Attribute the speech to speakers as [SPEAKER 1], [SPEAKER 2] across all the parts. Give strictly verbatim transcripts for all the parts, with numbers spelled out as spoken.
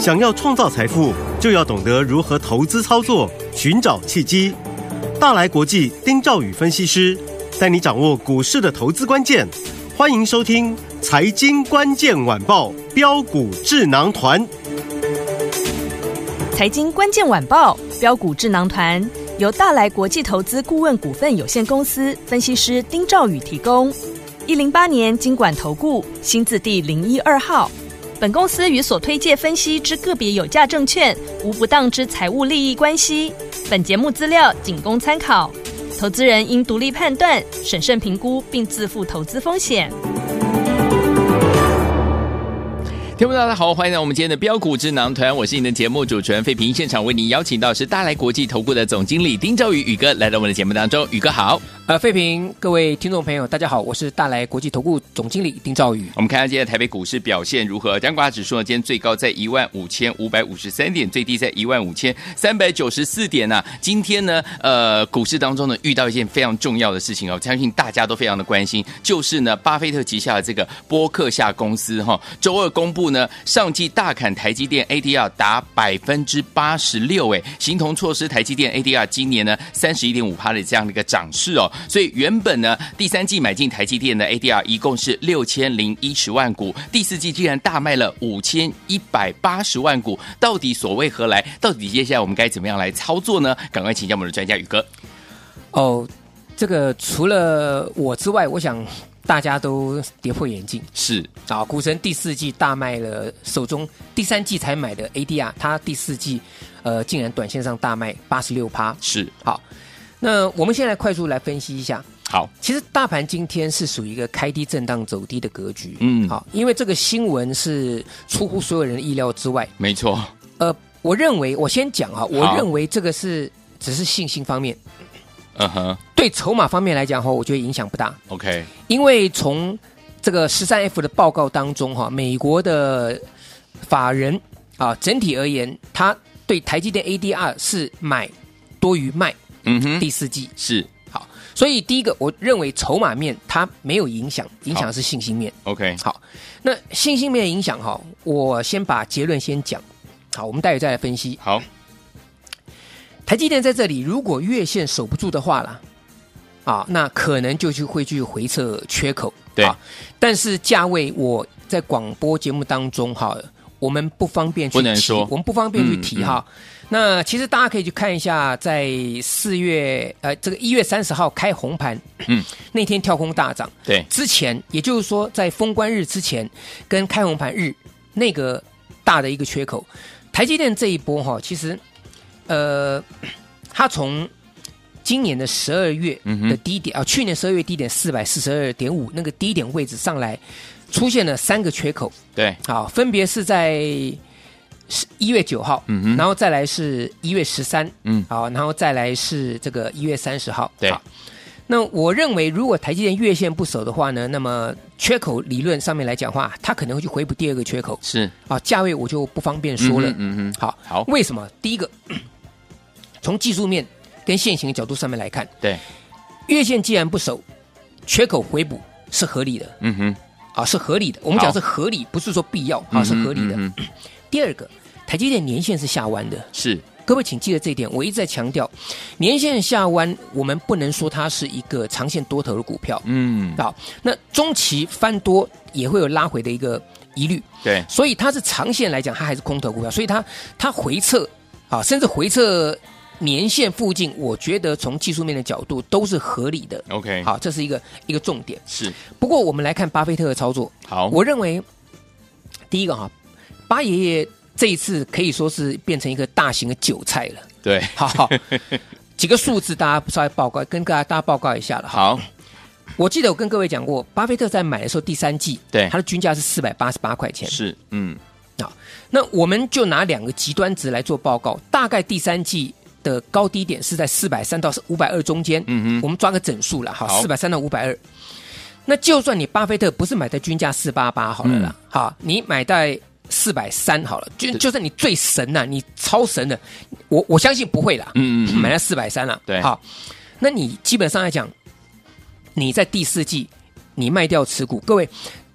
[SPEAKER 1] 想要创造财富，就要懂得如何投资操作，寻找契机。大来国际丁兆宇分析师带你掌握股市的投资关键。欢迎收听《财经关键晚报标股智囊团》。
[SPEAKER 2] 财经关键晚报标股智囊团由大来国际投资顾问股份有限公司分析师丁兆宇提供。一零八年金管投顾新字第零一二号。本公司与所推介分析之个别有价证券无不当之财务利益关系。本节目资料仅供参考，投资人应独立判断、审慎评估，并自负投资风险。
[SPEAKER 3] 听众大家好，欢迎来到我们今天的标股智囊团，我是你的节目主持人费平。现场为你邀请到是大来国际投顾的总经理丁兆宇宇哥来到我们的节目当中。宇哥好。
[SPEAKER 4] 呃，费平，各位听众朋友，大家好，我是大来国际投顾总经理丁兆宇。
[SPEAKER 3] 我们看看今天台北股市表现如何？加权指数呢，今天最高在一万五千五百五十三点，最低在一万五千三百九十四点啊。今天呢，呃，股市当中呢遇到一件非常重要的事情哦，相信大家都非常的关心，就是呢，巴菲特旗下的这个波克夏公司哈、哦，周二公布呢，上季大砍台积电 A D R 达百分之八十六，哎，形同错失台积电 A D R 今年呢三十一点五趴的这样的一个涨势哦。所以原本呢，第三季买进台积电的 A D R 一共是六千零一十万股，第四季竟然大卖了五千一百八十万股，到底所谓何来？到底接下来我们该怎么样来操作呢？赶快请教我们的专家宇哥。
[SPEAKER 4] 哦，这个除了我之外，我想大家都跌破眼镜。
[SPEAKER 3] 是
[SPEAKER 4] 啊，股神第四季大卖了手中第三季才买的 A D R， 他第四季呃竟然短线上大卖八十六趴。
[SPEAKER 3] 是
[SPEAKER 4] 好。那我们现在快速来分析一下。
[SPEAKER 3] 好，
[SPEAKER 4] 其实大盘今天是属于一个开低震荡走低的格局。
[SPEAKER 3] 嗯，
[SPEAKER 4] 好，因为这个新闻是出乎所有人的意料之外。
[SPEAKER 3] 没错。
[SPEAKER 4] 呃，我认为我先讲哈，我认为这个是只是信心方面。
[SPEAKER 3] 嗯哼，
[SPEAKER 4] 对筹码方面来讲哈，我觉得影响不大。
[SPEAKER 3] OK，
[SPEAKER 4] 因为从这个十三 F 的报告当中哈，美国的法人啊，整体而言，他对台积电 A D R 是买多于卖。
[SPEAKER 3] 嗯哼，
[SPEAKER 4] 第四季
[SPEAKER 3] 是
[SPEAKER 4] 好，所以第一个我认为筹码面它没有影响，影响是信心面。
[SPEAKER 3] OK，
[SPEAKER 4] 好，那信心面的影响哈，我先把结论先讲，好，我们待会再来分析。
[SPEAKER 3] 好，
[SPEAKER 4] 台积电在这里如果月线守不住的话啦，啊，那可能就去会去回测缺口。
[SPEAKER 3] 对，
[SPEAKER 4] 啊，但是价位我在广播节目当中哈，我们不方便去提，
[SPEAKER 3] 不能说，
[SPEAKER 4] 我们不方便去提哈。
[SPEAKER 3] 嗯嗯，
[SPEAKER 4] 那其实大家可以去看一下，在四月呃这个一月三十号开红盘，
[SPEAKER 3] 嗯，
[SPEAKER 4] 那天跳空大涨，
[SPEAKER 3] 对，
[SPEAKER 4] 之前也就是说在封关日之前跟开红盘日那个大的一个缺口，台积电这一波哈，其实呃，它从今年的十二月的低点啊，嗯，去年十二月低点四百四十二点五那个低点位置上来，出现了三个缺口，
[SPEAKER 3] 对，
[SPEAKER 4] 好，分别是在一月九号，嗯哼，然后再来是一月十三，嗯，好，然后再来是这个一月三十号，
[SPEAKER 3] 对。
[SPEAKER 4] 那我认为，如果台积电月线不守的话呢，那么缺口理论上面来讲的话，它可能会去回补第二个缺口，
[SPEAKER 3] 是
[SPEAKER 4] 啊，价位我就不方便说了，
[SPEAKER 3] 嗯嗯嗯，
[SPEAKER 4] 好，
[SPEAKER 3] 好，
[SPEAKER 4] 为什么？第一个，从技术面跟现行的角度上面来看，
[SPEAKER 3] 对，
[SPEAKER 4] 月线既然不守，缺口回补是合理的，
[SPEAKER 3] 嗯哼，
[SPEAKER 4] 啊，是合理的。我们讲是合理，不是说必要，啊，是合理的。
[SPEAKER 3] 嗯嗯，
[SPEAKER 4] 第二个，台积电年线是下弯的，
[SPEAKER 3] 是，
[SPEAKER 4] 各位请记得这一点，我一直在强调，年线下弯，我们不能说它是一个长线多头的股票，
[SPEAKER 3] 嗯，
[SPEAKER 4] 好，那中期翻多也会有拉回的一个疑虑，
[SPEAKER 3] 对，
[SPEAKER 4] 所以它是长线来讲，它还是空头股票，所以它它回撤啊，甚至回撤年线附近，我觉得从技术面的角度都是合理的。
[SPEAKER 3] OK，
[SPEAKER 4] 好，这是一个一个重点。
[SPEAKER 3] 是，
[SPEAKER 4] 不过我们来看巴菲特的操作，
[SPEAKER 3] 好，
[SPEAKER 4] 我认为第一个哈，巴爷爷这一次可以说是变成一个大型的韭菜了。
[SPEAKER 3] 对，
[SPEAKER 4] 好好，几个数字大家稍微报告，跟大家大家报告一下了。
[SPEAKER 3] 好，
[SPEAKER 4] 我记得我跟各位讲过，巴菲特在买的时候，第三季
[SPEAKER 3] 对
[SPEAKER 4] 它的均价是四百八十八块钱。
[SPEAKER 3] 是，嗯，
[SPEAKER 4] 好，那我们就拿两个极端值来做报告，大概第三季的高低点是在四百三到五百二中间。嗯哼，我们抓个整数了，好，四百三到五百二。那就算你巴菲特不是买在均价四八八好了啦，嗯、好，你买在四百三好了，就就算你最神呐、啊，你超神的，我我相信不会啦，嗯嗯，买在四百三了，
[SPEAKER 3] 对，
[SPEAKER 4] 好，那你基本上来讲，你在第四季你卖掉持股，各位，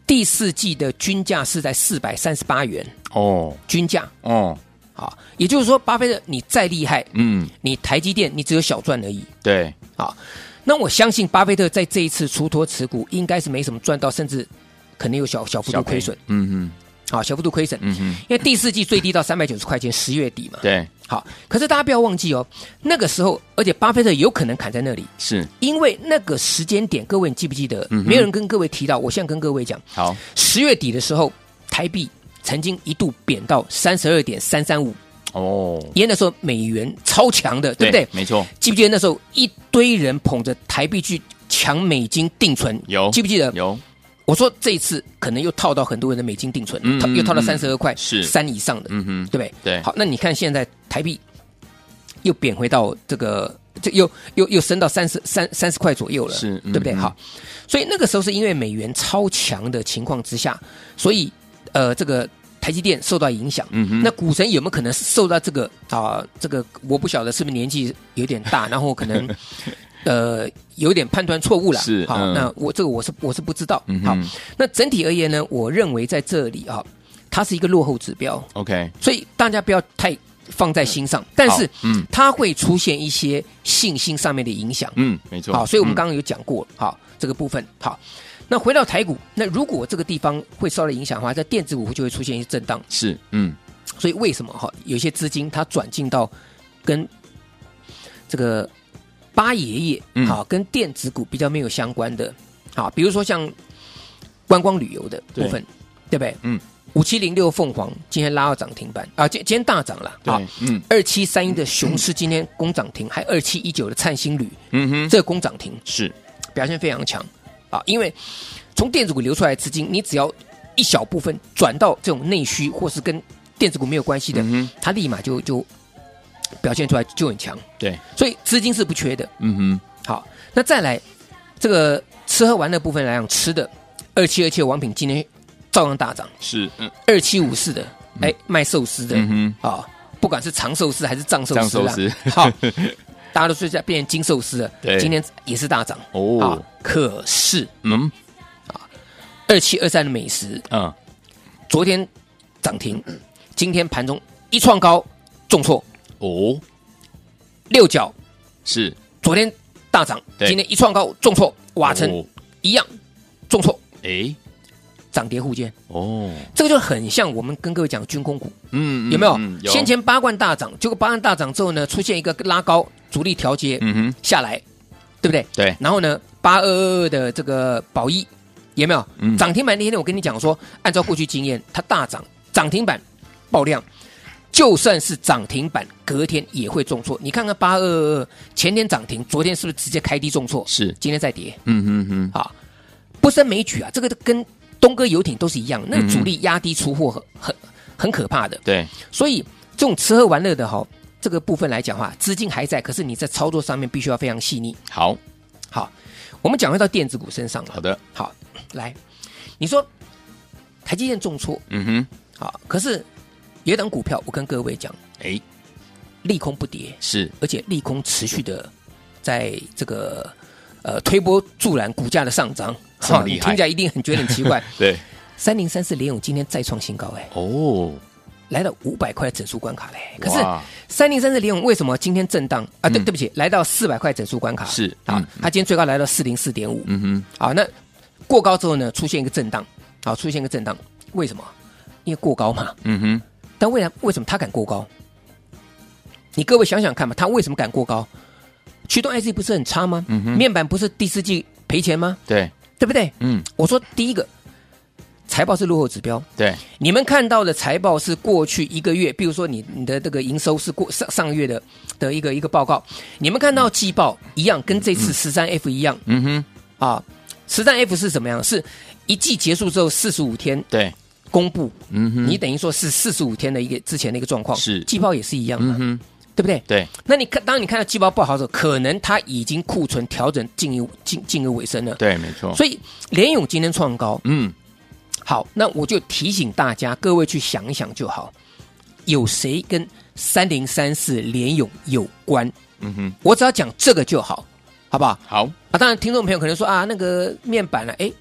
[SPEAKER 4] 第四季的均价是在四百三十八元
[SPEAKER 3] 哦，
[SPEAKER 4] 均价
[SPEAKER 3] 哦，
[SPEAKER 4] 好，也就是说，巴菲特你再厉害，
[SPEAKER 3] 嗯，
[SPEAKER 4] 你台积电你只有小赚而已，
[SPEAKER 3] 对，
[SPEAKER 4] 好，那我相信巴菲特在这一次出脱持股，应该是没什么赚到，甚至可能有小小幅度亏损，
[SPEAKER 3] 嗯嗯，
[SPEAKER 4] 好，小幅度亏损，
[SPEAKER 3] 嗯哼，
[SPEAKER 4] 因为第四季最低到三百九十块钱，十月底嘛，
[SPEAKER 3] 对，
[SPEAKER 4] 好，可是大家不要忘记哦，那个时候，而且巴菲特有可能砍在那里，
[SPEAKER 3] 是
[SPEAKER 4] 因为那个时间点，各位你记不记得？
[SPEAKER 3] 嗯、
[SPEAKER 4] 没有人跟各位提到，我现在跟各位讲，
[SPEAKER 3] 好，
[SPEAKER 4] 十月底的时候，台币曾经一度贬到三十二点三三五。
[SPEAKER 3] 哦，
[SPEAKER 4] 因为那时候美元超强的，对不对？
[SPEAKER 3] 没错。
[SPEAKER 4] 记不记得那时候一堆人捧着台币去抢美金定存？
[SPEAKER 3] 有，
[SPEAKER 4] 记不记得？
[SPEAKER 3] 有。
[SPEAKER 4] 我说这一次可能又套到很多人的美金定存，嗯、又套到三十二块，
[SPEAKER 3] 是
[SPEAKER 4] 三以上的，
[SPEAKER 3] 嗯哼，
[SPEAKER 4] 对不对？
[SPEAKER 3] 对。
[SPEAKER 4] 好，那你看现在台币又贬回到这个，就又又又升到三十三三十块左右了，
[SPEAKER 3] 是，嗯、
[SPEAKER 4] 对不对？好，所以那个时候是因为美元超强的情况之下，所以呃这个。台积电受到影响，嗯哼，那股神有没有可能受到这个啊？这个我不晓得是不是年纪有点大，然后可能呃有点判断错误了。
[SPEAKER 3] 是，
[SPEAKER 4] 好，
[SPEAKER 3] 嗯、
[SPEAKER 4] 那我这个我是我是不知道。
[SPEAKER 3] 嗯、
[SPEAKER 4] 好，那整体而言呢，我认为在这里啊，它是一个落后指标。
[SPEAKER 3] OK，
[SPEAKER 4] 所以大家不要太放在心上，但是
[SPEAKER 3] 嗯，
[SPEAKER 4] 它会出现一些信心上面的影响。
[SPEAKER 3] 嗯，没错。
[SPEAKER 4] 好，所以我们刚刚有讲过，好这个部分好。那回到台股，那如果这个地方会受到影响的话，在电子股就会出现一些震荡。
[SPEAKER 3] 是，嗯，
[SPEAKER 4] 所以为什么哈有些资金它转进到跟这个八爷爷好、嗯、跟电子股比较没有相关的，好，比如说像观光旅游的部分， 对, 对不对？嗯，五七零六凤凰今天拉到涨停板啊，今今天大涨了。
[SPEAKER 3] 对，嗯，
[SPEAKER 4] 二七三一的雄狮今天攻涨停，还二七一九的灿星旅，
[SPEAKER 3] 嗯哼，
[SPEAKER 4] 这个攻涨停
[SPEAKER 3] 是
[SPEAKER 4] 表现非常强。啊，因为从电子股流出来的资金，你只要一小部分转到这种内需或是跟电子股没有关系的，嗯、它立马就就表现出来就很强。
[SPEAKER 3] 对，
[SPEAKER 4] 所以资金是不缺的。
[SPEAKER 3] 嗯哼，
[SPEAKER 4] 好，那再来这个吃喝玩乐部分来讲，吃的二七二七的王品今天照样大涨，
[SPEAKER 3] 是，嗯，
[SPEAKER 4] 二七五四的，哎、嗯，卖寿司的，
[SPEAKER 3] 嗯
[SPEAKER 4] 哼，啊，不管是长寿司还是藏寿司，
[SPEAKER 3] 藏寿司，
[SPEAKER 4] 好。大家都睡觉变成金寿司了，
[SPEAKER 3] 对，
[SPEAKER 4] 今天也是大涨
[SPEAKER 3] 哦、
[SPEAKER 4] 啊。可是，
[SPEAKER 3] 嗯，
[SPEAKER 4] 啊，二七二三的美食，
[SPEAKER 3] 嗯，
[SPEAKER 4] 昨天涨停，今天盘中一创高，重挫
[SPEAKER 3] 哦。
[SPEAKER 4] 六角
[SPEAKER 3] 是
[SPEAKER 4] 昨天大涨，今天一创高，重挫，瓦城、哦、一样重挫，
[SPEAKER 3] 哎，
[SPEAKER 4] 涨跌互见
[SPEAKER 3] 哦。
[SPEAKER 4] 这个就很像我们跟各位讲军工股，
[SPEAKER 3] 嗯，
[SPEAKER 4] 有没有？
[SPEAKER 3] 嗯、有
[SPEAKER 4] 先前八冠大涨，结果八冠大涨之后呢，出现一个拉高。主力调节，嗯哼，下来，对不对？
[SPEAKER 3] 对。
[SPEAKER 4] 然后呢，八二二二的这个宝一有没有？嗯。涨停板那天我跟你讲说，按照过去经验，它大涨，涨停板爆量，就算是涨停板，隔天也会重挫。你看看八二二二前天涨停，昨天是不是直接开低重挫？
[SPEAKER 3] 是。
[SPEAKER 4] 今天再跌。
[SPEAKER 3] 嗯哼哼。
[SPEAKER 4] 好，不胜枚举啊！这个跟东哥游艇都是一样，那个主力压低出货很很很可怕的。
[SPEAKER 3] 对。
[SPEAKER 4] 所以这种吃喝玩乐的哈。这个部分来讲的话，资金还在，可是你在操作上面必须要非常细腻。
[SPEAKER 3] 好，
[SPEAKER 4] 好，我们讲回到电子股身上了。
[SPEAKER 3] 好的，
[SPEAKER 4] 好，来，你说台积电重挫，
[SPEAKER 3] 嗯哼，
[SPEAKER 4] 好，可是有一档股票，我跟各位讲，
[SPEAKER 3] 哎，
[SPEAKER 4] 利空不跌，
[SPEAKER 3] 是，
[SPEAKER 4] 而且利空持续的在这个呃推波助澜股价的上涨，
[SPEAKER 3] 这么厉害，
[SPEAKER 4] 听起来一定很觉得很奇怪。
[SPEAKER 3] 对，
[SPEAKER 4] 三零三四联咏今天再创新高，哎，
[SPEAKER 3] 哦。
[SPEAKER 4] 来到五百块的整数关卡嘞，可是三零三四联咏为什么今天震荡啊？对、嗯、对不起，来到四百块整数关卡
[SPEAKER 3] 是
[SPEAKER 4] 啊、嗯，它今天最高来到四零四点五，
[SPEAKER 3] 嗯哼，
[SPEAKER 4] 好，那过高之后呢，出现一个震荡，好，出现一个震荡，为什么？因为过高嘛，
[SPEAKER 3] 嗯哼，
[SPEAKER 4] 但未来为什么它敢过高？你各位想想看嘛，它为什么敢过高？驱动 I C 不是很差吗？嗯哼，面板不是第四季赔钱吗？
[SPEAKER 3] 对，
[SPEAKER 4] 对不对？
[SPEAKER 3] 嗯，
[SPEAKER 4] 我说第一个。财报是落后指标，
[SPEAKER 3] 对，
[SPEAKER 4] 你们看到的财报是过去一个月，比如说你你的这个营收是过上上个月的的一个一个报告，你们看到季报一样，跟这次十三 F 一样，
[SPEAKER 3] 嗯哼，
[SPEAKER 4] 啊，十三 F 是怎么样？是一季结束之后四十五天
[SPEAKER 3] 对
[SPEAKER 4] 公布，
[SPEAKER 3] 嗯哼，
[SPEAKER 4] 你等于说是四十五天的一个之前的一个状况，
[SPEAKER 3] 是
[SPEAKER 4] 季报也是一样嘛，
[SPEAKER 3] 嗯哼，
[SPEAKER 4] 对不对？
[SPEAKER 3] 对，
[SPEAKER 4] 那你看，当你看到季报不好的时候，可能它已经库存调整进入进进入尾声了，
[SPEAKER 3] 对，没错，
[SPEAKER 4] 所以联咏今天创高，
[SPEAKER 3] 嗯。
[SPEAKER 4] 好，那我就提醒大家，各位去想一想就好，有谁跟三零三四联咏有关？
[SPEAKER 3] 嗯哼，
[SPEAKER 4] 我只要讲这个就好，好不好？
[SPEAKER 3] 好
[SPEAKER 4] 啊，当然听众朋友可能说啊，那个面板啊，哎，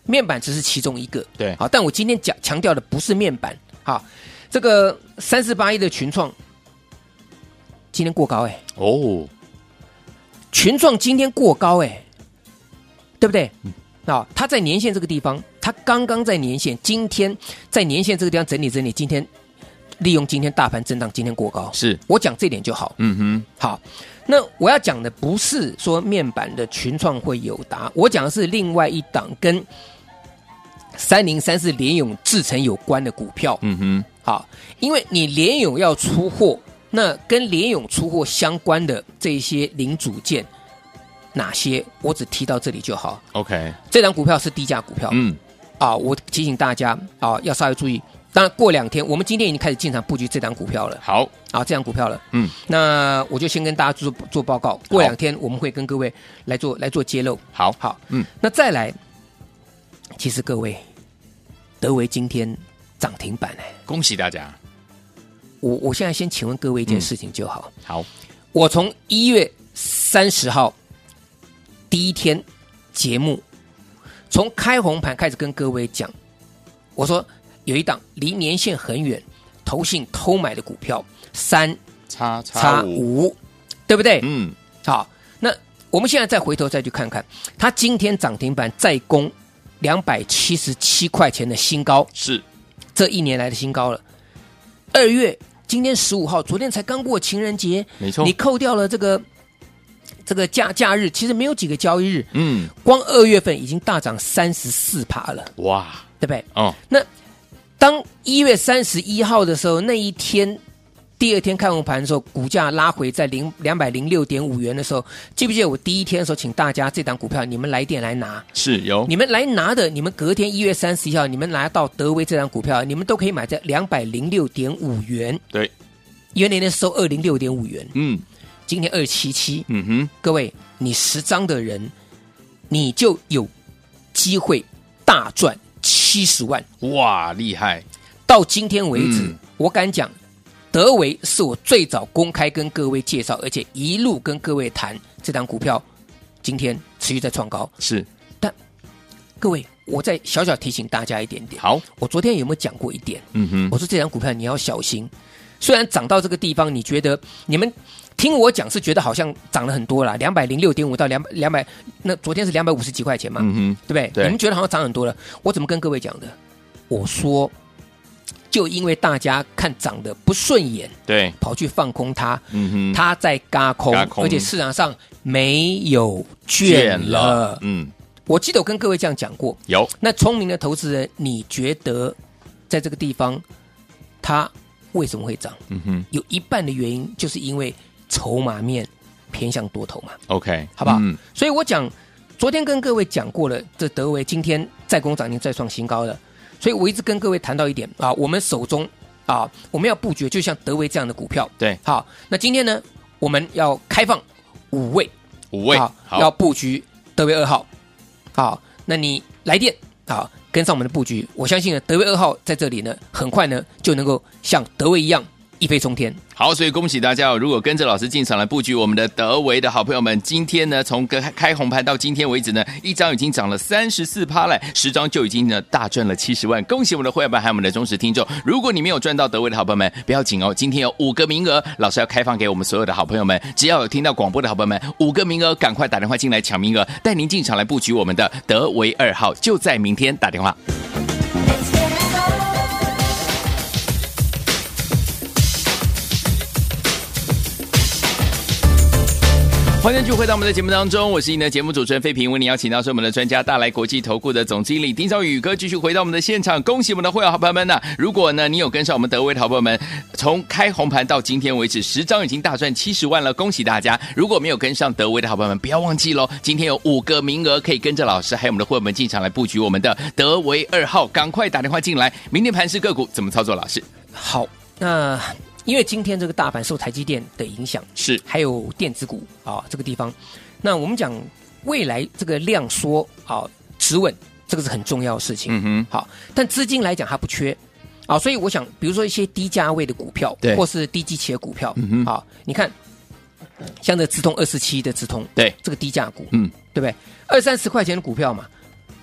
[SPEAKER 4] 面板只是其中一个，
[SPEAKER 3] 对，
[SPEAKER 4] 好，但我今天讲强调的不是面板，好，这个三四八一的群创今天过高哎、欸，
[SPEAKER 3] 哦，
[SPEAKER 4] 群创今天过高哎、欸，对不对？嗯，啊，它在年线这个地方，它刚刚在年线，今天在年线这个地方整理整理，今天利用今天大盘震荡，今天过高，
[SPEAKER 3] 是
[SPEAKER 4] 我讲这点就好。
[SPEAKER 3] 嗯哼，
[SPEAKER 4] 好，那我要讲的不是说面板的群创会友达，我讲的是另外一档跟三零三四联咏制程有关的股票。
[SPEAKER 3] 嗯哼，
[SPEAKER 4] 好，因为你联咏要出货，那跟联咏出货相关的这些零组件。哪些我只提到这里就好。
[SPEAKER 3] OK，
[SPEAKER 4] 这档股票是低价股票，
[SPEAKER 3] 嗯，
[SPEAKER 4] 啊，我提醒大家啊，要稍微注意。当然，过两天我们今天已经开始进场布局这档股票了。
[SPEAKER 3] 好，
[SPEAKER 4] 啊，这档股票了，
[SPEAKER 3] 嗯，
[SPEAKER 4] 那我就先跟大家做做报告。过两天我们会跟各位来做来做揭露。
[SPEAKER 3] 好，
[SPEAKER 4] 好，
[SPEAKER 3] 嗯，
[SPEAKER 4] 那再来，其实各位，德微今天涨停板哎，
[SPEAKER 3] 恭喜大家。
[SPEAKER 4] 我我现在先请问各位一件事情就好。
[SPEAKER 3] 嗯、好，
[SPEAKER 4] 我从一月三十号。第一天节目从开红盘开始跟各位讲，我说有一档离年线很远、投信偷买的股票三
[SPEAKER 3] 叉叉五，
[SPEAKER 4] 对不对？
[SPEAKER 3] 嗯，
[SPEAKER 4] 好，那我们现在再回头再去看看，它今天涨停板再攻两百七十七块钱的新高，
[SPEAKER 3] 是
[SPEAKER 4] 这一年来的新高了。二月今天十五号，昨天才刚过情人节，
[SPEAKER 3] 没错，
[SPEAKER 4] 你扣掉了这个。这个假假日其实没有几个交易日，
[SPEAKER 3] 嗯，
[SPEAKER 4] 光二月份已经大涨三十四趴了，
[SPEAKER 3] 哇，
[SPEAKER 4] 对不对？
[SPEAKER 3] 哦，
[SPEAKER 4] 那当一月三十一号的时候，那一天第二天开红盘的时候，股价拉回在零两百零六点五元的时候，记不记得我第一天的时候，请大家这档股票你们来电来拿，
[SPEAKER 3] 是有
[SPEAKER 4] 你们来拿的，你们隔天一月三十一号，你们拿到德微这档股票，你们都可以买在两百零六点五元，
[SPEAKER 3] 对，
[SPEAKER 4] 因为那天收二零六点五元，
[SPEAKER 3] 嗯。
[SPEAKER 4] 今天二七七，
[SPEAKER 3] 嗯哼，
[SPEAKER 4] 各位，你十张的人，你就有机会大赚七十万，
[SPEAKER 3] 哇，厉害！
[SPEAKER 4] 到今天为止，
[SPEAKER 3] 嗯、
[SPEAKER 4] 我敢讲，德微是我最早公开跟各位介绍，而且一路跟各位谈这档股票，今天持续在创高。
[SPEAKER 3] 是，
[SPEAKER 4] 但各位，我再小小提醒大家一点点。
[SPEAKER 3] 好，
[SPEAKER 4] 我昨天有没有讲过一点？
[SPEAKER 3] 嗯哼，
[SPEAKER 4] 我说这档股票你要小心，虽然涨到这个地方，你觉得你们。听我讲是觉得好像涨了很多啦，两百零六点五到两百两百，那昨天是两百五十几块钱嘛，
[SPEAKER 3] 嗯哼，
[SPEAKER 4] 对不对？
[SPEAKER 3] 对，
[SPEAKER 4] 你们觉得好像涨很多了，我怎么跟各位讲的？我说，就因为大家看涨得不顺眼，
[SPEAKER 3] 对，
[SPEAKER 4] 跑去放空它，
[SPEAKER 3] 嗯哼，
[SPEAKER 4] 它在轧空，
[SPEAKER 3] 空
[SPEAKER 4] 而且市场上没有券了，
[SPEAKER 3] 嗯，
[SPEAKER 4] 我记得我跟各位这样讲过，
[SPEAKER 3] 有。
[SPEAKER 4] 那聪明的投资人，你觉得在这个地方它为什么会涨？
[SPEAKER 3] 嗯哼，
[SPEAKER 4] 有一半的原因就是因为。筹码面偏向多头嘛
[SPEAKER 3] ，OK，
[SPEAKER 4] 好不好？
[SPEAKER 3] 嗯、
[SPEAKER 4] 所以我讲，昨天跟各位讲过了，这德微今天再攻涨停再创新高了，所以我一直跟各位谈到一点啊，我们手中啊，我们要布局，就像德微这样的股票，
[SPEAKER 3] 对，
[SPEAKER 4] 好，那今天呢，我们要开放五位，
[SPEAKER 3] 五位，
[SPEAKER 4] 好，好要布局德微二号，好，那你来电好，跟上我们的布局，我相信呢，德微二号在这里呢，很快呢就能够像德微一样。一飞冲天，
[SPEAKER 3] 好，所以恭喜大家哦！如果跟着老师进场来布局我们的德微的好朋友们，今天呢，从开开红盘到今天为止呢，一张已经涨了三十四趴了，十张就已经呢大赚了七十万。恭喜我们的会员们还有我们的忠实听众。如果你没有赚到德微的好朋友们，不要紧哦，今天有五个名额，老师要开放给我们所有的好朋友们，只要有听到广播的好朋友们，五个名额，赶快打电话进来抢名额，带您进场来布局我们的德微二号，就在明天打电话。欢迎继续回到我们的节目当中，我是您的节目主持人费平，为您邀请到是我们的专家大来国际投顾的总经理丁兆宇哥，继续回到我们的现场，恭喜我们的会员好朋友们呐、啊！如果呢你有跟上我们德微的好朋友们，从开红盘到今天为止，十张已经大赚七十万了，恭喜大家！如果没有跟上德微的好朋友们，不要忘记喽，今天有五个名额可以跟着老师还有我们的会员们进场来布局我们的德微二号，赶快打电话进来。明天盘势个股怎么操作？老师，
[SPEAKER 4] 好，那。因为今天这个大盘受台积电的影响，
[SPEAKER 3] 是
[SPEAKER 4] 还有电子股啊这个地方，那我们讲未来这个量缩啊止稳，这个是很重要的事情。
[SPEAKER 3] 嗯哼，
[SPEAKER 4] 好，但资金来讲它不缺啊，所以我想，比如说一些低价位的股票，
[SPEAKER 3] 对，
[SPEAKER 4] 或是低基期的股票，
[SPEAKER 3] 嗯哼，
[SPEAKER 4] 好，你看像这资通二四七的资通，
[SPEAKER 3] 对，
[SPEAKER 4] 这个低价股，
[SPEAKER 3] 嗯，
[SPEAKER 4] 对不对？二三十块钱的股票嘛，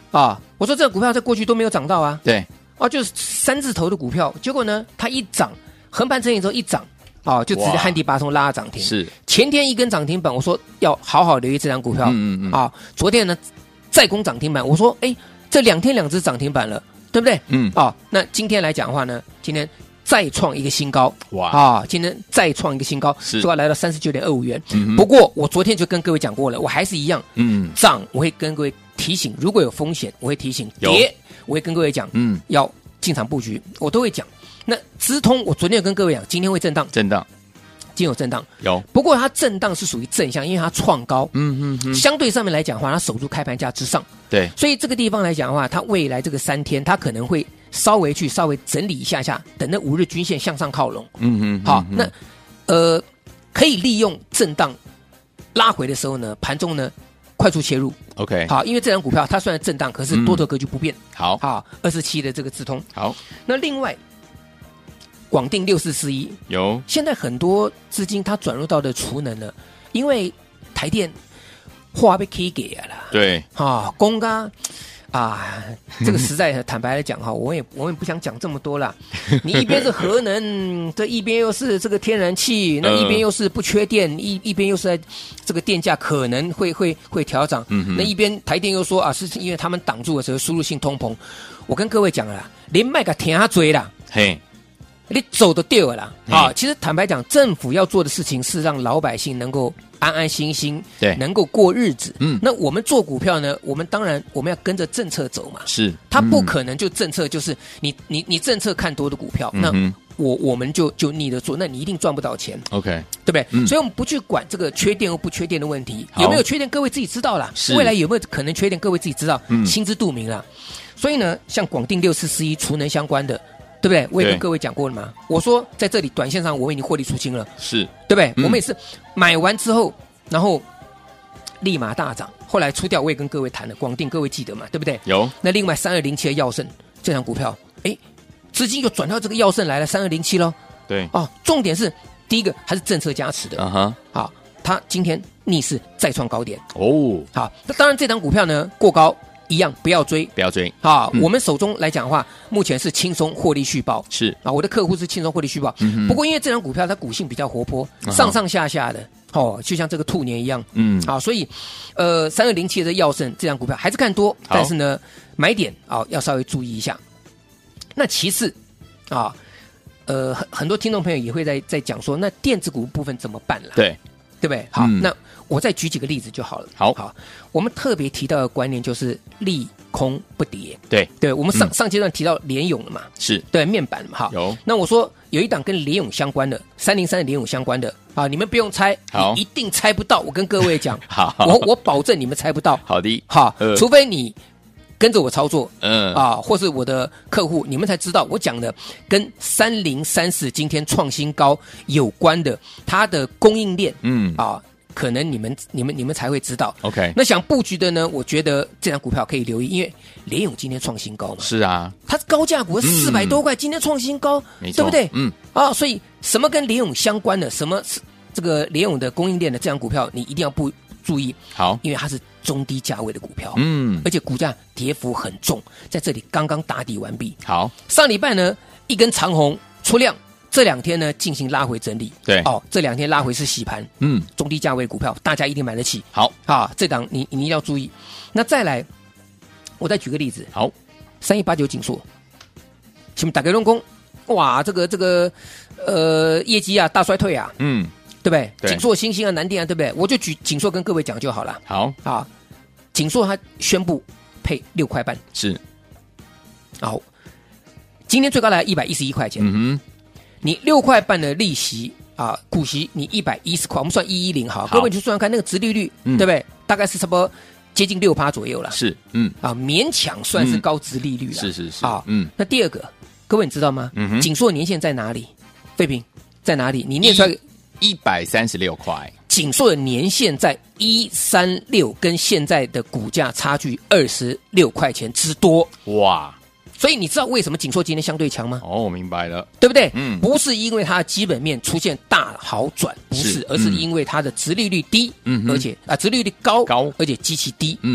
[SPEAKER 4] 啊，我说这个股票在过去都没有涨到啊，
[SPEAKER 3] 对，
[SPEAKER 4] 啊，就是三字头的股票，结果呢，它一涨，横盘整理之后一涨，啊，就直接旱地拔葱拉涨停。
[SPEAKER 3] 是
[SPEAKER 4] 前天一根涨停板，我说要好好留意这张股票。嗯嗯嗯。啊，昨天呢再攻涨停板，我说哎，这两天两只涨停板了，对不对？嗯。啊，那今天来讲的话呢，今天再创一个新高。哇！啊，今天再创一个新高，是最高来到三十九点二五元。嗯。不过我昨天就跟各位讲过了，我还是一样。嗯。涨我会跟各位提醒，如果有风险，我会提醒；跌我会跟各位讲，嗯，要进场布局，我都会讲。那资通，我昨天有跟各位讲，今天会震荡，
[SPEAKER 3] 震荡，
[SPEAKER 4] 今天有震荡，
[SPEAKER 3] 有。
[SPEAKER 4] 不过它震荡是属于正向，因为它创高，嗯嗯嗯，相对上面来讲的话，它守住开盘价之上，对，所以这个地方来讲的话，它未来这个三天，它可能会稍微去稍微整理一下下，等那五日均线向上靠拢，嗯嗯，好，那呃，可以利用震荡拉回的时候呢，盘中呢快速切入
[SPEAKER 3] ，OK，
[SPEAKER 4] 好，因为这张股票它虽然震荡，可是多头格局不变，
[SPEAKER 3] 嗯、好，
[SPEAKER 4] 好，二十七的这个资通，
[SPEAKER 3] 好，
[SPEAKER 4] 那另外。广定六四四一
[SPEAKER 3] 有，
[SPEAKER 4] 现在很多资金它转入到的储能了，因为台电话被 K 给了啦，
[SPEAKER 3] 对，
[SPEAKER 4] 哈，公刚啊，这个实在坦白来讲哈，我也我也不想讲这么多啦。你一边是核能，这一边又是这个天然气，那一边又是不缺电，一一边又是在这个电价可能会会会调涨，嗯、那一边台电又说啊，是因为他们挡住了这个输入性通膨。我跟各位讲了啦，连卖个天下追啦，嘿。你走得掉了啦、嗯、啊！其实坦白讲，政府要做的事情是让老百姓能够安安心心，对，能够过日子。嗯，那我们做股票呢，我们当然我们要跟着政策走嘛。是，它不可能就政策就是你你你政策看多的股票，嗯、那我我们就就逆着做，那你一定赚不到钱。OK， 对不对？嗯、所以我们不去管这个缺电或不缺电的问题，有没有缺电，各位自己知道啦。未来有没有可能缺电，各位自己知道，嗯、心知肚明啦。所以呢，像广定六四四一储能相关的。对不对？我也跟各位讲过了嘛。我说在这里短线上我为你获利出清了，是对不对？嗯、我们也是买完之后，然后立马大涨，后来出掉，我也跟各位谈了。广定各位记得嘛？对不对？有。那另外三二零七的耀盛这张股票，哎，资金就转到这个耀盛来了，三二零七喽。对。哦，重点是第一个还是政策加持的。啊哈。好，它今天逆势再创高点。哦。好，那当然这张股票呢过高。一样不要追，
[SPEAKER 3] 不要追
[SPEAKER 4] 啊！嗯、我们手中来讲的话，目前是轻松获利续报，是啊，我的客户是轻松获利续报。嗯、不过因为这张股票它股性比较活泼，嗯、上上下下的哦，就像这个兔年一样，嗯，啊，所以呃，三二零七的耀盛这张股票还是看多，但是呢，买点啊要稍微注意一下。那其次啊，呃，很很多听众朋友也会在在讲说，那电子股部分怎么办啦？对，对不对？好，嗯、那。我再举几个例子就好了。好，好，我们特别提到的观念就是利空不跌。对，对，我们上、嗯、上阶段提到联咏了嘛，是对面板嘛，哈。有。那我说有一档跟联咏相关的，三零三的联咏相关的啊，你们不用猜，好，你一定猜不到。我跟各位讲，好，我我保证你们猜不到。好的，好，呃、除非你跟着我操作，嗯啊，或是我的客户，你们才知道我讲的跟三零三四今天创新高有关的，它的供应链，嗯啊。可能你们、你们、你们才会知道。OK， 那想布局的呢？我觉得这张股票可以留意，因为联咏今天创新高嘛。是啊，它高价股四百多块，嗯、今天创新高，没错，对不对？嗯，啊，所以什么跟联咏相关的，什么这个联咏的供应链的这张股票，你一定要不注意。好，因为它是中低价位的股票，嗯，而且股价跌幅很重，在这里刚刚打底完毕。好，上礼拜呢一根长红出量。这两天呢进行拉回整理，对哦，这两天拉回是洗盘，嗯，中低价位股票大家一定买得起。好啊，这档你你一定要注意。那再来，我再举个例子，好，三一八九景硕，请打给龙工，哇，这个这个呃业绩啊大衰退啊，嗯，对不对？对景硕、新兴啊、南电啊，对不对？我就举景硕跟各位讲就好了。好啊，景硕它宣布配六块半，是，好，今天最高来一百一十一块钱，嗯哼。你六块半的利息啊，股息你一百一十块，我们算一一零好，各位去算算看那个殖利率，嗯、对不对？大概是差不多接近六趴左右了。是，嗯啊，勉强算是高殖利率了。是是是啊，嗯。那第二个，各位你知道吗？嗯景硕年限在哪里？废品在哪里？你念出来
[SPEAKER 3] 一百三十六块。
[SPEAKER 4] 景硕的年限在一三六，跟现在的股价差距二十六块钱之多。哇！所以你知道为什么景硕今天相对强吗？
[SPEAKER 3] 哦，我明白了，
[SPEAKER 4] 对不对？嗯，不是因为它的基本面出现大好转，不是，是而是因为它的殖利率低，嗯，而且啊，殖利率高，高，而且极其低，嗯，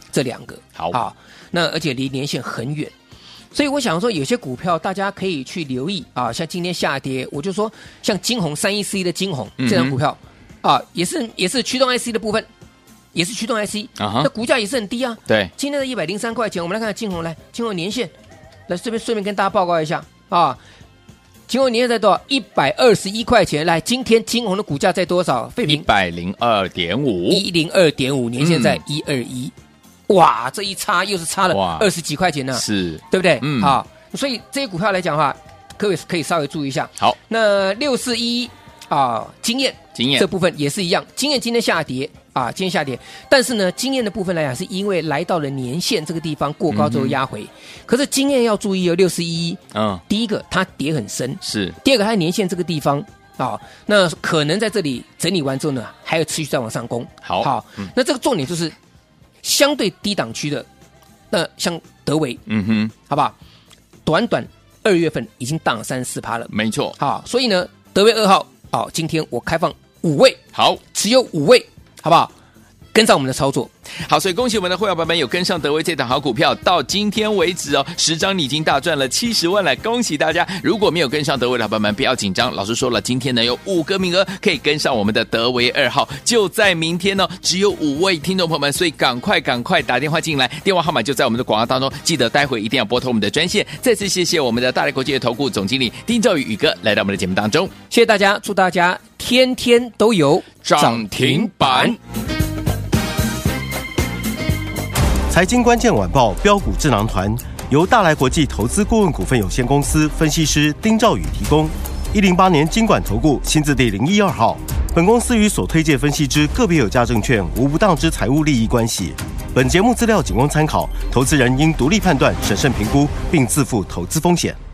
[SPEAKER 4] 这两个。
[SPEAKER 3] 好，
[SPEAKER 4] 好，那而且离年线很远。所以我想说，有些股票大家可以去留意啊，像今天下跌，我就说像金鸿三一四一的金鸿、嗯、这张股票啊，也是也是驱动 I C 的部分，也是驱动 I C， 那、uh-huh, 股价也是很低啊。
[SPEAKER 3] 对，
[SPEAKER 4] 今天的一百零三块钱，我们来看看金鸿，来金鸿年线，来这边顺便跟大家报告一下啊，金鸿年线在多少？一百二十一块钱。来，今天金鸿的股价在多少？废品
[SPEAKER 3] 一百零二点五，
[SPEAKER 4] 一零二点五，年线在一二一。哇，这一差又是差了二十几块钱呢，
[SPEAKER 3] 是
[SPEAKER 4] 对不对？
[SPEAKER 3] 嗯，
[SPEAKER 4] 好，所以这些股票来讲的话，各位可以稍微注意一下。
[SPEAKER 3] 好，
[SPEAKER 4] 那六四一啊，经验，
[SPEAKER 3] 经验
[SPEAKER 4] 这部分也是一样，经验今天下跌啊，今天下跌，但是呢，经验的部分来讲，是因为来到了年线这个地方过高之后压回，嗯、可是经验要注意哦，六四一，嗯，第一个它跌很深，
[SPEAKER 3] 是，
[SPEAKER 4] 第二个它年线这个地方。啊，那可能在这里整理完之后呢，还要持续再往上攻。
[SPEAKER 3] 好，
[SPEAKER 4] 好，嗯、那这个重点就是相对低档区的，那像德微，
[SPEAKER 3] 嗯哼，
[SPEAKER 4] 好不好？短短二月份已经涨了三十四趴了，
[SPEAKER 3] 没错。
[SPEAKER 4] 好，所以呢，德微二号，好，今天我开放五位，
[SPEAKER 3] 好，
[SPEAKER 4] 只有五位，好不好？跟上我们的操作。
[SPEAKER 3] 好，所以恭喜我们的会员朋友们有跟上德微这档好股票，到今天为止哦，十张你已经大赚了七十万了，恭喜大家！如果没有跟上德微的好朋友们，不要紧张，老师说了，今天呢有五个名额可以跟上我们的德微二号，就在明天哦，只有五位听众朋友们，所以赶快赶快打电话进来，电话号码就在我们的广告当中，记得待会一定要拨通我们的专线。再次谢谢我们的大来国际的投顾总经理丁兆宇宇哥来到我们的节目当中，
[SPEAKER 4] 谢谢大家，祝大家天天都有
[SPEAKER 3] 涨停板。
[SPEAKER 1] 财经关键晚报标股智囊团由大来国际投资顾问股份有限公司分析师丁兆宇提供。一零八年金管投顾新字第零一二号。本公司与所推介分析之个别有价证券无不当之财务利益关系。本节目资料仅供参考，投资人应独立判断、审慎评估，并自负投资风险。